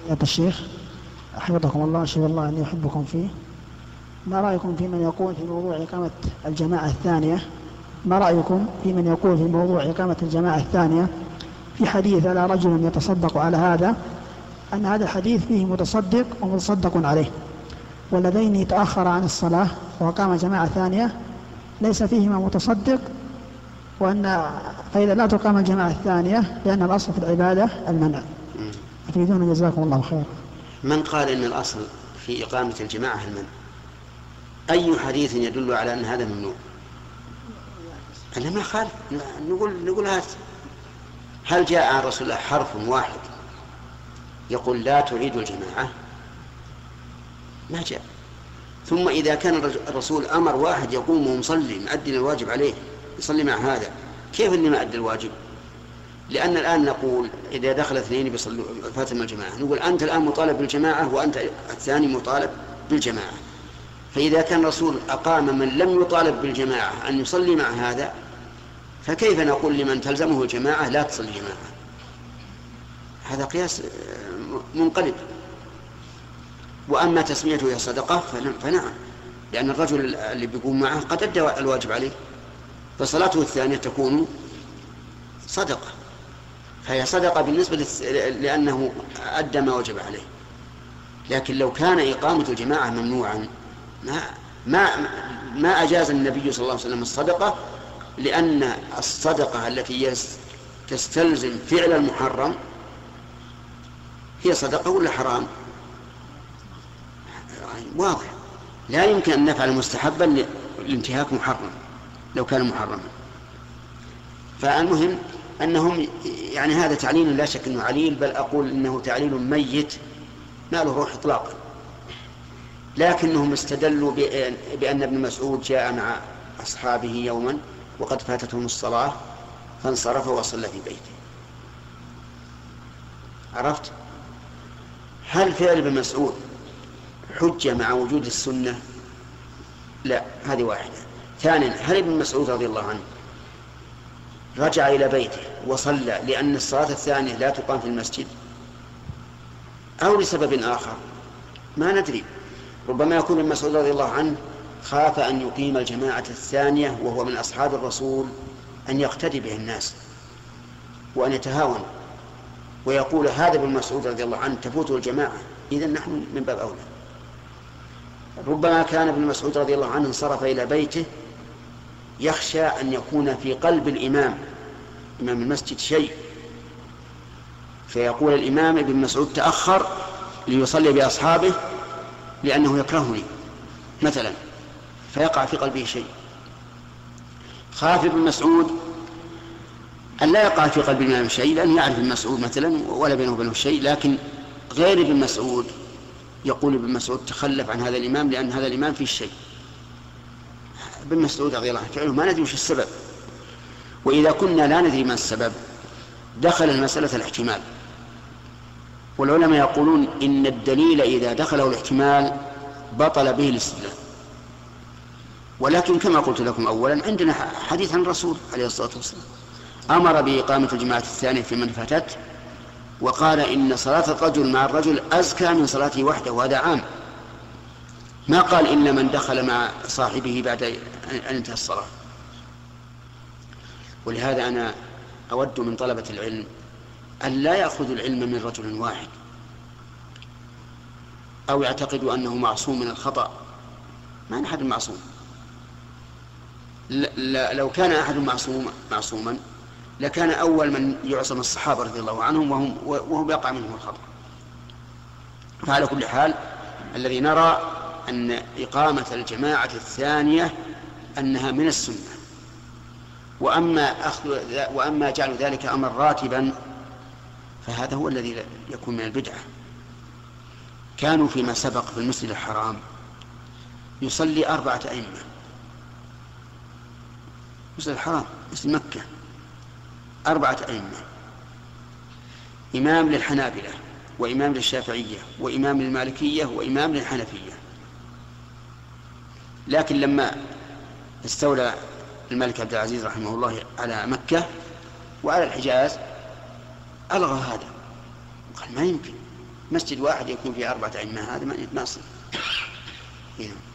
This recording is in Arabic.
يا الشيخ حفظكم الله، أشهد الله أني أحبكم فيه. ما رأيكم في من يقول في موضوع إقامة الجماعة الثانية؟ ما رأيكم في من يقول في موضوع إقامة الجماعة الثانية في حديث على رجل يتصدق على هذا، أن هذا الحديث فيه متصدق ومتصدق عليه، والذين تأخر عن الصلاة وقام جماعة ثانية ليس فيهما متصدق، وأن فإذا لا تقام الجماعة الثانية لأن الأصل في العبادة المنع. أفيدونا جزاكم الله خير. من قال إن الأصل في إقامة الجماعة المنع؟ أي حديث يدل على أن هذا ممنوع؟ أنا ما خالف، نقول هذا. هل جاء عن رسول الله حرف واحد يقول لا تعيد الجماعة؟ ما جاء. ثم إذا كان الرسول أمر واحد يقوم ومصلي مؤدي الواجب عليه يصلي مع هذا، كيف اللي ما أدى الواجب؟ لأن الآن نقول إذا دخل اثنين بيصلوا فاتم الجماعة، نقول أنت الآن مطالب بالجماعة وأنت الثاني مطالب بالجماعة. فإذا كان الرسول أقام من لم يطالب بالجماعة أن يصلي مع هذا، فكيف نقول لمن تلزمه الجماعة لا تصلي جماعة؟ هذا قياس منقلب. وأما تسميته هي صدقة فنعم، لأن الرجل اللي بيقوم معه قد أدى الواجب عليه، فصلاته الثانية تكون صدقة، فهي صدقة بالنسبة لأنه أدى ما وجب عليه. لكن لو كان إقامة الجماعة ممنوعا ما أجاز النبي صلى الله عليه وسلم الصدقة، لأن الصدقة التي تستلزم فعل المحرم هي صدقة ولا حرام؟ واضح، لا يمكن أن نفعل مستحبا لانتهاك محرم لو كان محرما. فالمهم أنهم يعني هذا تعليل لا شك أنه عليل، بل أقول إنه تعليل ميت ما له روح إطلاقا. لكنهم استدلوا بأن ابن مسعود جاء مع أصحابه يوما وقد فاتتهم الصلاة فانصرف وصلى في بيته. عرفت؟ هل فعل ابن مسعود حجة مع وجود السنة؟ لا، هذه واحدة. ثانيا، هل ابن مسعود رضي الله عنه رجع إلى بيته وصلى لأن الصلاة الثانية لا تقام في المسجد أو لسبب آخر؟ ما ندري. ربما يكون ابن مسعود رضي الله عنه خاف أن يقيم الجماعة الثانية وهو من أصحاب الرسول، أن يقتدي به الناس وأن يتهاون ويقول هذا ابن مسعود رضي الله عنه تفوته الجماعة، إذن نحن من باب أولى. ربما كان ابن مسعود رضي الله عنه انصرف إلى بيته يخشى أن يكون في قلب الإمام إمام المسجد شيء، فيقول الإمام ابن مسعود تأخر ليصلي بأصحابه لأنه يكرهني مثلا، فيقع في قلبه شيء. خاف ابن مسعود أن لا يقع في قلب الإمام شيء لأنه يعرف ابن مسعود مثلا ولا بينه وبينه شيء، لكن غير ابن مسعود يقول ابن مسعود تخلف عن هذا الإمام لأن هذا الإمام فيه شيء. ابن مسعود رضي الله عنه فعله ما ندري وش السبب، وإذا كنا لا ندري ما السبب دخل المسألة الاحتمال، والعلماء يقولون إن الدليل إذا دخله الاحتمال بطل به الاستدلال. ولكن كما قلت لكم أولا عندنا حديث عن الرسول عليه الصلاة والسلام أمر بإقامة الجماعة الثانية في من فاتت، وقال إن صلاة الرجل مع الرجل أزكى من صلاته وحده، وهذا عام، ما قال إلا من دخل مع صاحبه بعد أن انتهى الصلاة. ولهذا أنا أود من طلبة العلم أن لا يأخذوا العلم من رجل واحد أو يعتقدوا أنه معصوم من الخطأ. ما أحد معصوم. لو كان أحد معصوما لكان أول من يعصم الصحابة رضي الله عنهم وهم يقع منهم الخطأ. فعلى كل حال الذي نرى أن إقامة الجماعة الثانية أنها من السنة، وأما جعل ذلك أمر راتبا فهذا هو الذي يكون من البدعة. كانوا فيما سبق في المسجد الحرام يصلي 4 أئمة، مسجد الحرام مسجد مكة 4 أئمة، إمام للحنابلة وإمام للشافعية وإمام للمالكية وإمام للحنفية. لكن لما استولى الملك عبد العزيز رحمه الله على مكة وعلى الحجاز ألغى هذا، قال ما يمكن مسجد واحد يكون فيه 4 أئمة هذا ما يصير.